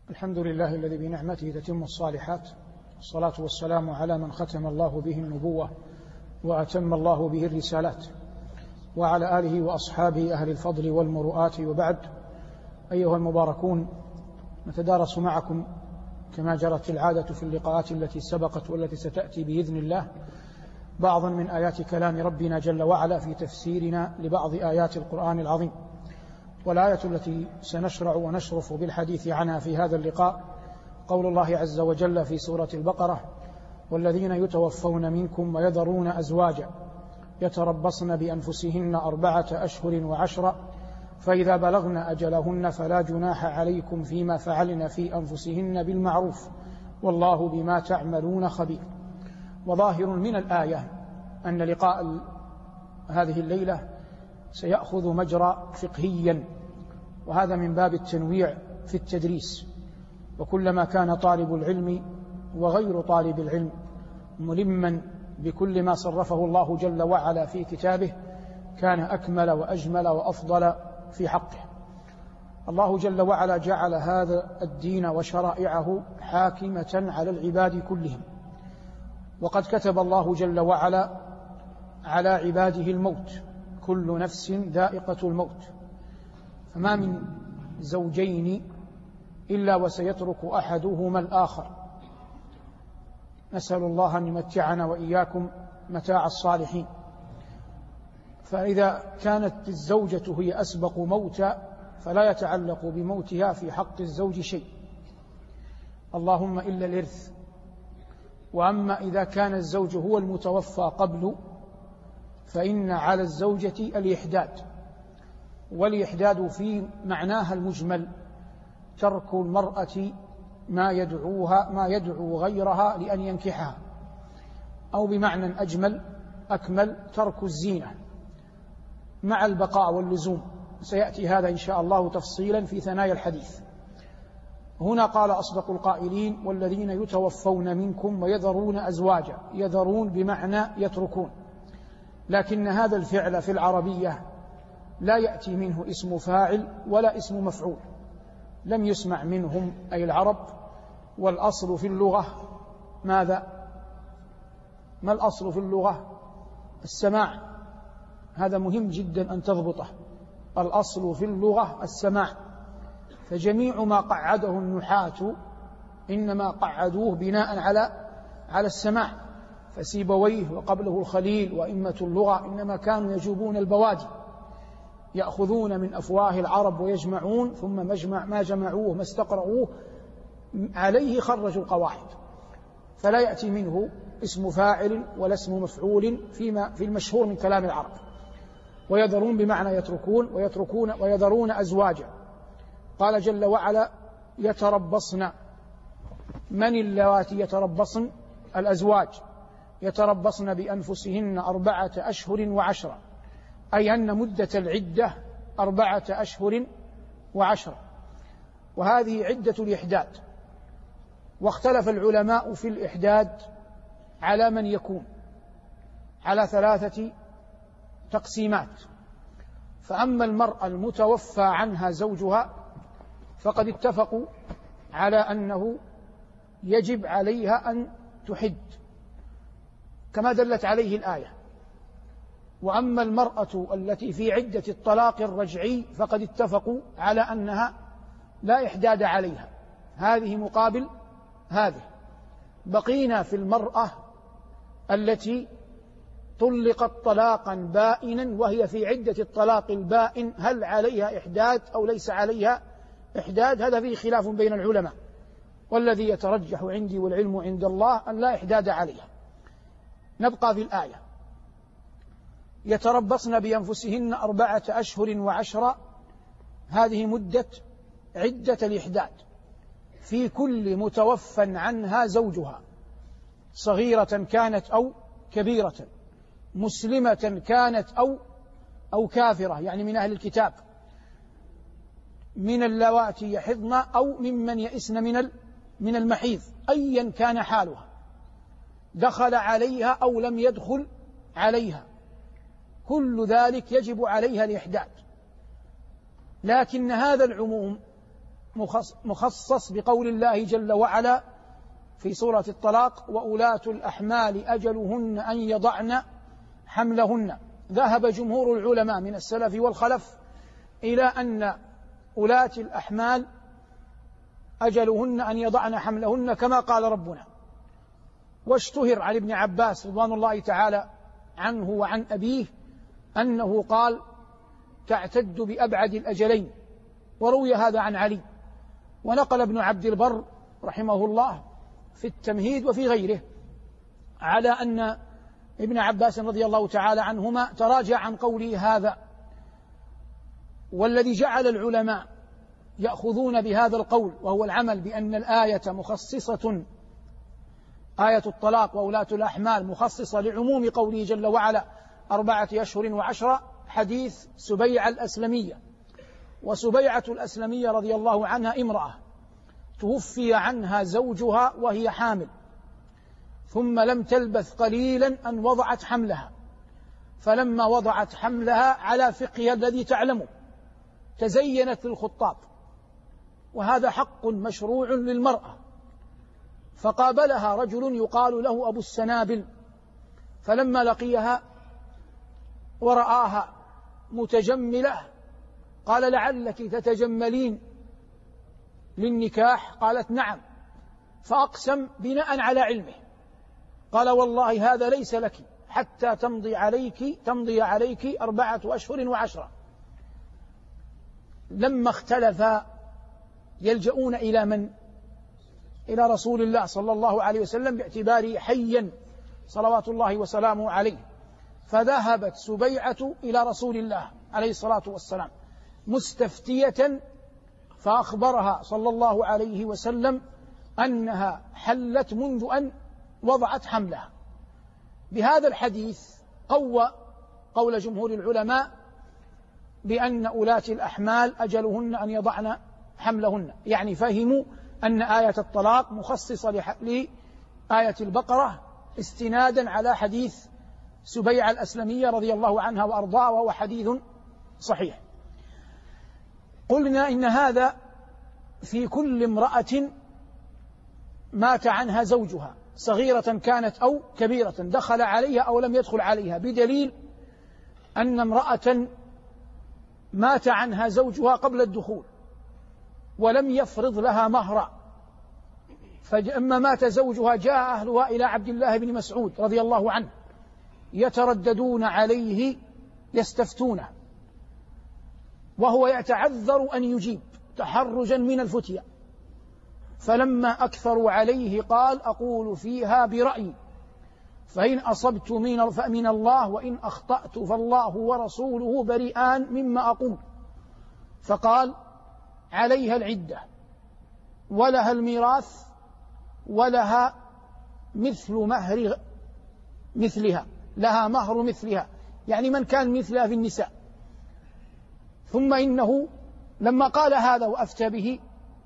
الحمد لله الذي بنعمته تتم الصالحات، والصلاة والسلام على من ختم الله به النبوة وأتم الله به الرسالات، وعلى آله وأصحابه أهل الفضل والمروءات، وبعد. أيها المباركون، نتدارس معكم كما جرت العادة في اللقاءات التي سبقت والتي ستأتي بإذن الله بعضا من آيات كلام ربنا جل وعلا في تفسيرنا لبعض آيات القرآن العظيم. والآية التي سنشرع ونشرف بالحديث عنها في هذا اللقاء قول الله عز وجل في سورة البقرة: والذين يتوفون منكم ويذرون أزواجا يتربصن بأنفسهن 4 أشهر وعشرا فإذا بلغن أجلهن فلا جناح عليكم فيما فعلن في أنفسهن بالمعروف والله بما تعملون خبير. وظاهر من الآية أن لقاء هذه الليلة سيأخذ مجرى فقهيا، وهذا من باب التنويع في التدريس، وكلما كان طالب العلم وغير طالب العلم ملما بكل ما صرفه الله جل وعلا في كتابه كان أكمل وأجمل وأفضل في حقه. الله جل وعلا جعل هذا الدين وشرائعه حاكمة على العباد كلهم، وقد كتب الله جل وعلا على عباده الموت: كل نفس ذائقة الموت، فما من زوجين إلا وسيترك أحدهما الآخر. نسأل الله أن يمتعنا وإياكم متاع الصالحين. فإذا كانت الزوجة هي أسبق موتا فلا يتعلق بموتها في حق الزوج شيء، اللهم إلا الإرث. وأما إذا كان الزوج هو المتوفى قبل فإن على الزوجة الإحداد، والإحداد في معناها المجمل ترك المرأة ما يدعو غيرها لأن ينكحها، أو بمعنى أجمل أكمل ترك الزينة مع البقاء واللزوم. سيأتي هذا إن شاء الله تفصيلا في ثنايا الحديث. هنا قال أصدق القائلين: والذين يتوفون منكم ويذرون أزواجا. يذرون بمعنى يتركون، لكن هذا الفعل في العربية لا يأتي منه اسم فاعل ولا اسم مفعول، لم يسمع منهم أي العرب. والأصل في اللغة ماذا؟ ما الأصل في اللغة؟ السماع. هذا مهم جدا أن تضبطه. الأصل في اللغة السماع، فجميع ما قعده النحاة إنما قعدوه بناء على السماع. فسيبويه وقبله الخليل وإمة اللغة إنما كانوا يجوبون البوادي، يأخذون من أفواه العرب ويجمعون، ثم ما جمعوه ما استقرؤوه عليه خرجوا القواعد. فلا يأتي منه اسم فاعل ولا اسم مفعول في المشهور من كلام العرب. ويذرون بمعنى يتركون، ويذرون أزواجا. قال جل وعلا: يتربصن. من اللواتي يتربصن؟ الأزواج. يتربصن بأنفسهن 4 أشهر وعشرا، أي أن مدة العدة 4 أشهر وعشرا، وهذه عدة الإحداد. واختلف العلماء في الإحداد على من يكون على 3 تقسيمات. فأما المرأة المتوفى عنها زوجها فقد اتفقوا على أنه يجب عليها أن تحد كما دلت عليه الآية. وأما المرأة التي في عدة الطلاق الرجعي فقد اتفقوا على أنها لا إحداد عليها. هذه مقابل هذه. بقينا في المرأة التي طلقت طلاقا بائنا وهي في عدة الطلاق البائن، هل عليها إحداد أو ليس عليها إحداد؟ هذا فيه خلاف بين العلماء، والذي يترجح عندي والعلم عند الله أن لا إحداد عليها. نبقى في الآية: يتربصن بأنفسهن 4 أشهر وعشرا، هذه مدة عدة الإحداد في كل متوفى عنها زوجها، صغيرة كانت أو كبيرة، مسلمة كانت أو كافرة، يعني من أهل الكتاب، من اللواتي يحضن أو ممن يئسن من المحيض، أيا كان حالها، دخل عليها أو لم يدخل عليها، كل ذلك يجب عليها الإحداد. لكن هذا العموم مخصص بقول الله جل وعلا في سورة الطلاق: وأولاة الأحمال أجلهن أن يضعن حملهن. ذهب جمهور العلماء من السلف والخلف إلى أن أولاة الأحمال أجلهن أن يضعن حملهن كما قال ربنا. واشتهر عن ابن عباس رضوان الله تعالى عنه وعن أبيه أنه قال: تعتد بأبعد الأجلين. وروي هذا عن علي. ونقل ابن عبد البر رحمه الله في التمهيد وفي غيره على أن ابن عباس رضي الله تعالى عنهما تراجع عن قوله هذا. والذي جعل العلماء يأخذون بهذا القول وهو العمل بأن الآية مخصصة، آية الطلاق وأولاة الأحمال مخصصة لعموم قوله جل وعلا 4 أشهر و10، حديث سبيعة الأسلمية. وسبيعة الأسلمية رضي الله عنها امرأة توفي عنها زوجها وهي حامل، ثم لم تلبث قليلا أن وضعت حملها. فلما وضعت حملها على فقهها الذي تعلمه تزينت للخطاب، وهذا حق مشروع للمرأة. فقابلها رجل يقال له أبو السنابل، فلما لقيها ورآها متجملة قال: لعلك تتجملين للنكاح؟ قالت: نعم. فأقسم بناء على علمه، قال: والله هذا ليس لك حتى تمضي عليك 4 أشهر و10. لما اختلفا يلجؤون إلى من؟ إلى رسول الله صلى الله عليه وسلم باعتباره حيا صلوات الله وسلامه عليه. فذهبت سبيعة إلى رسول الله عليه الصلاة والسلام مستفتية، فأخبرها صلى الله عليه وسلم أنها حلت منذ أن وضعت حملها. بهذا الحديث قوى قول جمهور العلماء بأن أولاة الأحمال أجلهن أن يضعن حملهن، يعني فهموا أن آية الطلاق مخصصة لآية البقرة استنادا على حديث سبيعة الأسلمية رضي الله عنها وأرضاها، وهو حديث صحيح. قلنا إن هذا في كل امرأة مات عنها زوجها، صغيرة كانت أو كبيرة، دخل عليها أو لم يدخل عليها، بدليل أن امرأة مات عنها زوجها قبل الدخول ولم يفرض لها مهرا، فلما مات زوجها جاء أهلها إلى عبد الله بن مسعود رضي الله عنه يترددون عليه يستفتونه، وهو يتعذر أن يجيب تحرجا من الفتية. فلما أكثروا عليه قال: أقول فيها برأيي، فإن أصبت فمن الله، وإن أخطأت فالله ورسوله بريئان مما أقول. فقال: عليها العدة ولها الميراث ولها مثل مهر مثلها، لها مهر مثلها، يعني من كان مثلها في النساء. ثم إنه لما قال هذا وأفتى به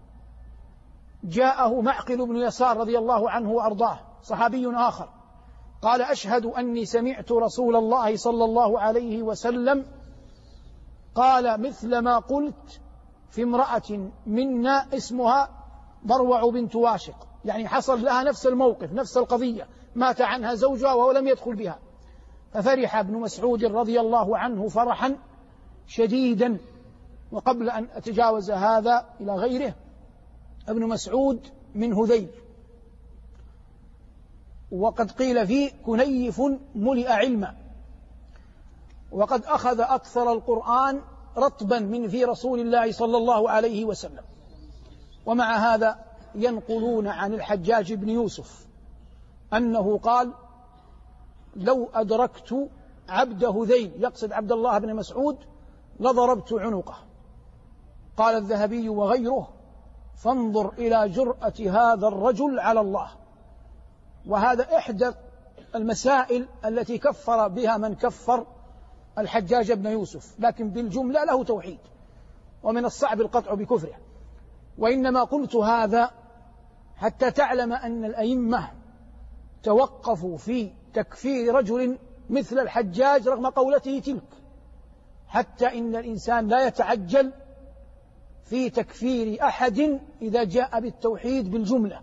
جاءه معقل بن يسار رضي الله عنه وأرضاه، صحابي آخر، قال: أشهد أني سمعت رسول الله صلى الله عليه وسلم قال مثل ما قلت في امرأة منا اسمها ضروع بنت واشق، يعني حصل لها نفس الموقف نفس القضية، مات عنها زوجها وهو لم يدخل بها. ففرح ابن مسعود رضي الله عنه فرحا شديدا. وقبل أن أتجاوز هذا إلى غيره، ابن مسعود من هذيل، وقد قيل فيه كنيف ملئ علما، وقد أخذ أكثر القرآن رطبا من في رسول الله صلى الله عليه وسلم. ومع هذا ينقلون عن الحجاج بن يوسف أنه قال: لو أدركت عبد هذيل، يقصد عبد الله بن مسعود، لضربت عنقه. قال الذهبي وغيره: فانظر إلى جرأة هذا الرجل على الله. وهذا إحدى المسائل التي كفر بها من كفر الحجاج بن يوسف، لكن بالجملة له توحيد، ومن الصعب القطع بكفره. وإنما قلت هذا حتى تعلم أن الأئمة توقفوا في تكفير رجل مثل الحجاج رغم قولته تلك، حتى إن الإنسان لا يتعجل في تكفير أحد إذا جاء بالتوحيد بالجملة.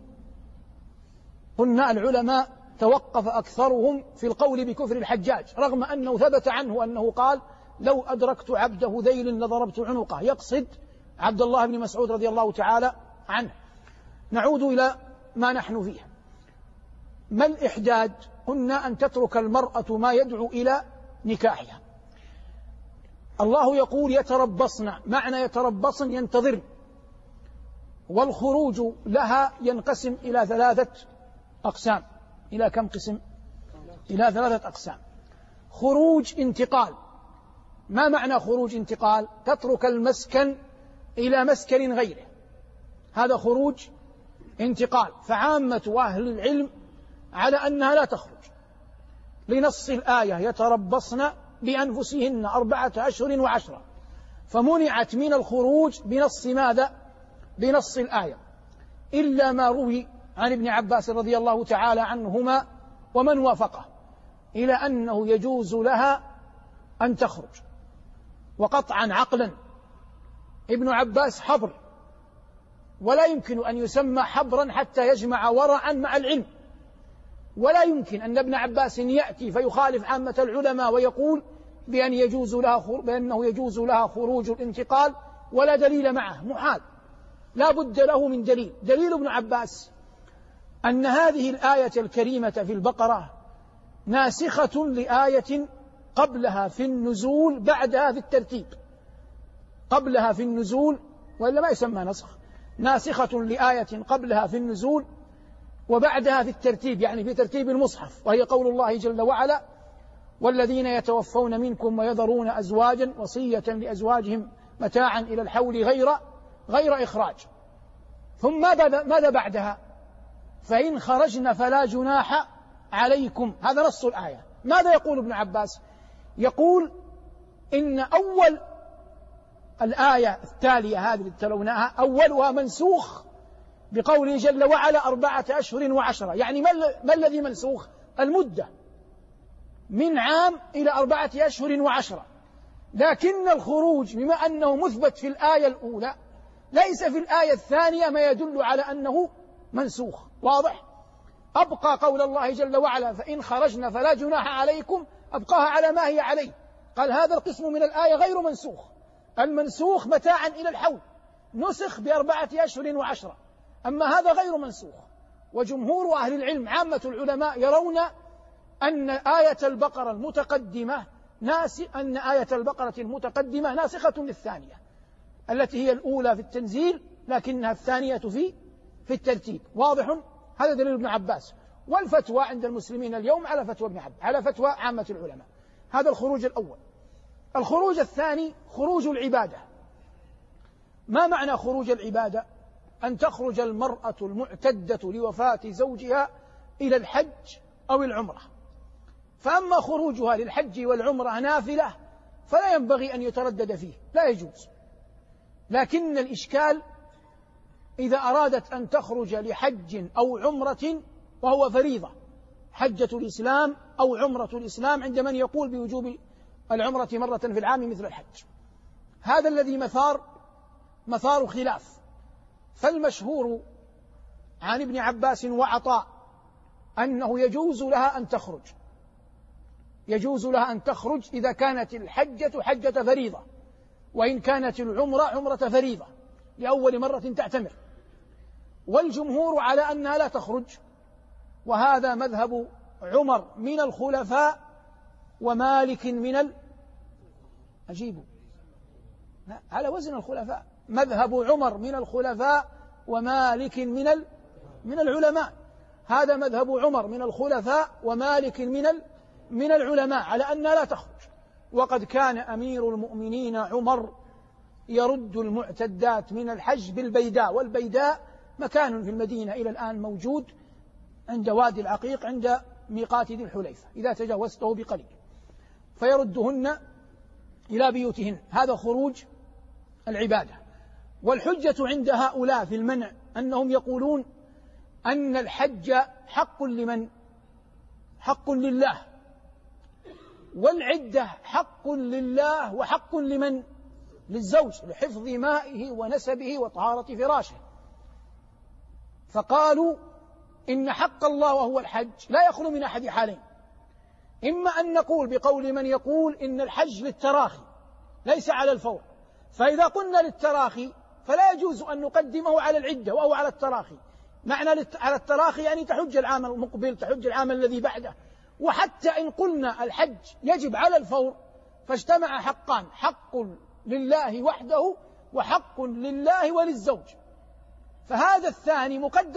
قلنا العلماء توقف أكثرهم في القول بكفر الحجاج، رغم أنه ثبت عنه أنه قال: لو أدركت عبد هذيل لضربت عنقه، يقصد عبد الله بن مسعود رضي الله تعالى عنه. نعود إلى ما نحن فيه. ما الإحداد؟ قلنا أن تترك المرأة ما يدعو إلى نكاحها. الله يقول: يتربصن، معنى يتربصن ينتظرن، والخروج لها ينقسم إلى 3 أقسام. إلى كم قسم؟ إلى 3 أقسام. خروج انتقال. ما معنى خروج انتقال؟ تترك المسكن إلى مسكن غيره، هذا خروج انتقال. فعامة أهل العلم على أنها لا تخرج لنص الآية: يتربصن بأنفسهن 4 أشهر و10، فمنعت من الخروج بنص ماذا؟ بنص الآية، إلا ما روي عن ابن عباس رضي الله تعالى عنهما ومن وافقه إلى أنه يجوز لها أن تخرج. وقطعا عقلا ابن عباس حبر، ولا يمكن أن يسمى حبرا حتى يجمع ورعا مع العلم، ولا يمكن أن ابن عباس يأتي فيخالف عامة العلماء ويقول بأنه يجوز لها خروج الانتقال ولا دليل معه، محال، لا بد له من دليل. دليل ابن عباس أن هذه الآية الكريمة في البقرة ناسخة لآية قبلها في النزول بعدها في الترتيب، قبلها في النزول، وإلا ما يسمى نسخ، ناسخة لآية قبلها في النزول وبعدها في الترتيب، يعني في ترتيب المصحف، وهي قول الله جل وعلا: والذين يتوفون منكم ويذرون أزواجا وصية لأزواجهم متاعا إلى الحول غير إخراج. ثم ماذا بعدها؟ فإن خرجن فلا جناح عليكم، هذا نص الآية. ماذا يقول ابن عباس؟ يقول إن أول الآية التالية هذه التي تلوناها أولها منسوخ بقوله جل وعلا 4 أشهر و10، يعني ما الذي منسوخ؟ المدة من عام إلى 4 أشهر و10، لكن الخروج بما أنه مثبت في الآية الأولى ليس في الآية الثانية ما يدل على أنه منسوخ. واضح؟ أبقى قول الله جل وعلا: فإن خرجنا فلا جناح عليكم، أبقاها على ما هي عليه. قال هذا القسم من الآية غير منسوخ، المنسوخ متاعا إلى الحول نسخ ب4 أشهر و10، أما هذا غير منسوخ. وجمهور أهل العلم عامة العلماء يرون أن آية البقرة المتقدمة ناسخة للثانية التي هي الأولى في التنزيل، لكنها الثانية في الترتيب. واضح؟ هذا دليل ابن عباس، والفتوى عند المسلمين اليوم على فتوى ابن عباس، على فتوى عامة العلماء. هذا الخروج الأول. الخروج الثاني خروج العبادة. ما معنى خروج العبادة؟ أن تخرج المرأة المعتدة لوفاة زوجها إلى الحج أو العمرة، فأما خروجها للحج والعمرة نافلة فلا ينبغي أن يتردد فيه، لا يجوز. لكن الإشكال إذا أرادت أن تخرج لحج أو عمرة وهو فريضة، حجة الإسلام أو عمرة الإسلام، عند من يقول بوجوب العمرة مرة في العام مثل الحج. هذا الذي مثار خلاف. فالمشهور عن ابن عباس وعطاء أنه يجوز لها أن تخرج إذا كانت الحجة حجة فريضة، وإن كانت العمرة عمرة فريضة لأول مرة تعتمر. والجمهور على أنها لا تخرج، وهذا مذهب عمر من الخلفاء ومالك على وزن الخلفاء، مذهب عمر من الخلفاء ومالك من العلماء. هذا مذهب عمر من الخلفاء ومالك من العلماء على أنها لا تخرج. وقد كان أمير المؤمنين عمر يرد المعتدات من الحج بالبيداء، والبيداء مكان في المدينة إلى الآن موجود عند وادي العقيق عند ميقات ذي الحليفة إذا تجاوزته بقليل، فيردهن إلى بيوتهن. هذا خروج العبادة. والحجة عند هؤلاء في المنع أنهم يقولون أن الحج حق لمن؟ حق لله، والعدة حق لله وحق للزوج لحفظ مائه ونسبه وطهارة فراشه. فقالوا إن حق الله وهو الحج لا يخلو من أحد حالين: إما أن نقول بقول من يقول إن الحج للتراخي ليس على الفور، فإذا قلنا للتراخي فلا يجوز أن نقدمه على العدة أو على التراخي. معنى على التراخي يعني تحج العام المقبل، تحج العام الذي بعده. وحتى إن قلنا الحج يجب على الفور فاجتمع حقان: حق لله وحده وحق لله وللزوج، فهذا الثاني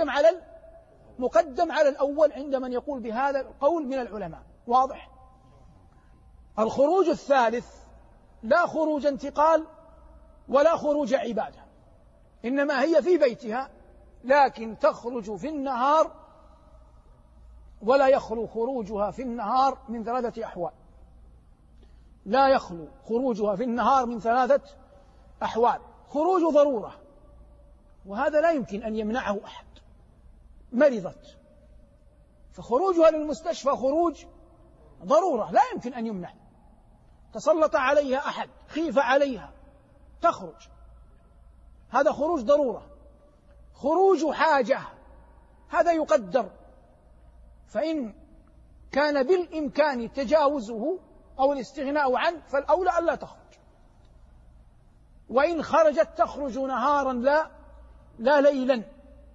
مقدم على الأول عند من يقول بهذا القول من العلماء. واضح؟ الخروج الثالث لا خروج انتقال ولا خروج عبادة، إنما هي في بيتها لكن تخرج في النهار، ولا يخلو خروجها في النهار من 3 أحوال. لا يخلو خروجها في النهار من 3 أحوال: خروج ضرورة، وهذا لا يمكن أن يمنعه أحد، مرضت فخروجها للمستشفى خروج ضرورة لا يمكن أن يمنع، تسلط عليها أحد، خيف عليها، تخرج، هذا خروج ضرورة. خروج حاجة هذا يقدر، فإن كان بالإمكان تجاوزه أو الاستغناء عنه فالأولى ألا تخرج، وإن خرجت تخرج نهارا لا ليلا.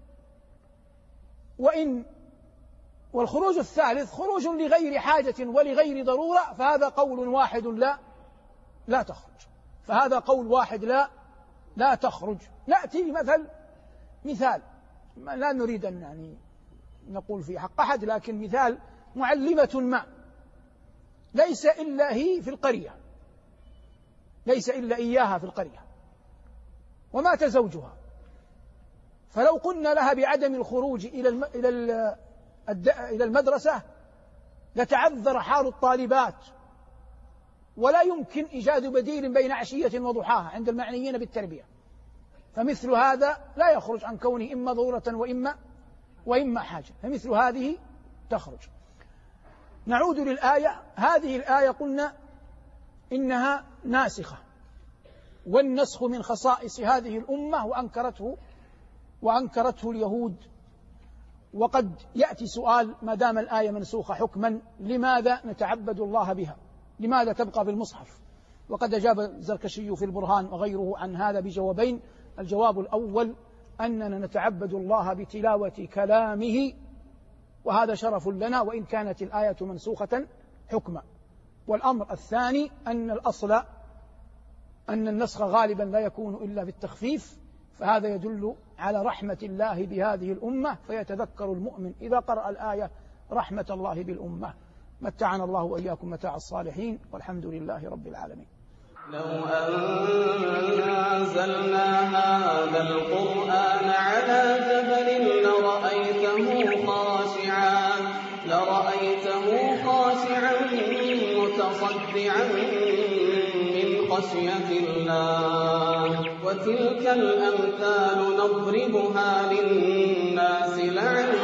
والخروج الثالث خروج لغير حاجة ولغير ضرورة، فهذا قول واحد لا تخرج، فهذا قول واحد لا تخرج. نأتي مثال لا نريد أن يعني نقول في حق أحد، لكن مثال: معلمة ما ليس إلا هي في القرية، ليس إلا إياها في القرية، ومات زوجها، فلو قلنا لها بعدم الخروج إلى المدرسة لتعذر حال الطالبات، ولا يمكن إيجاد بديل بين عشية وضحاها عند المعنيين بالتربية، فمثل هذا لا يخرج عن كونه إما ضرورة وإما حاجة، فمثل هذه تخرج. نعود للآية. هذه الآية قلنا إنها ناسخة، والنسخ من خصائص هذه الأمة وأنكرته اليهود. وقد يأتي سؤال: ما دام الآية منسوخة حكما لماذا نتعبد الله بها؟ لماذا تبقى في المصحف؟ وقد أجاب الزركشي في البرهان وغيره عن هذا بجوابين: الجواب الأول أننا نتعبد الله بتلاوة كلامه، وهذا شرف لنا وإن كانت الآية منسوخة حكما. والأمر الثاني أن الأصل أن النسخ غالبا لا يكون إلا بالتخفيف، فهذا يدل على رحمة الله بهذه الأمة، فيتذكر المؤمن إذا قرأ الآية رحمة الله بالأمة. متعنا الله وإياكم متاع الصالحين، والحمد لله رب العالمين. لو أنزلنا هذا القرآن على جبل لرأيته خاشعا متصدعا من خشية الله. وتلك الأمثال نضربها للناس لعلهم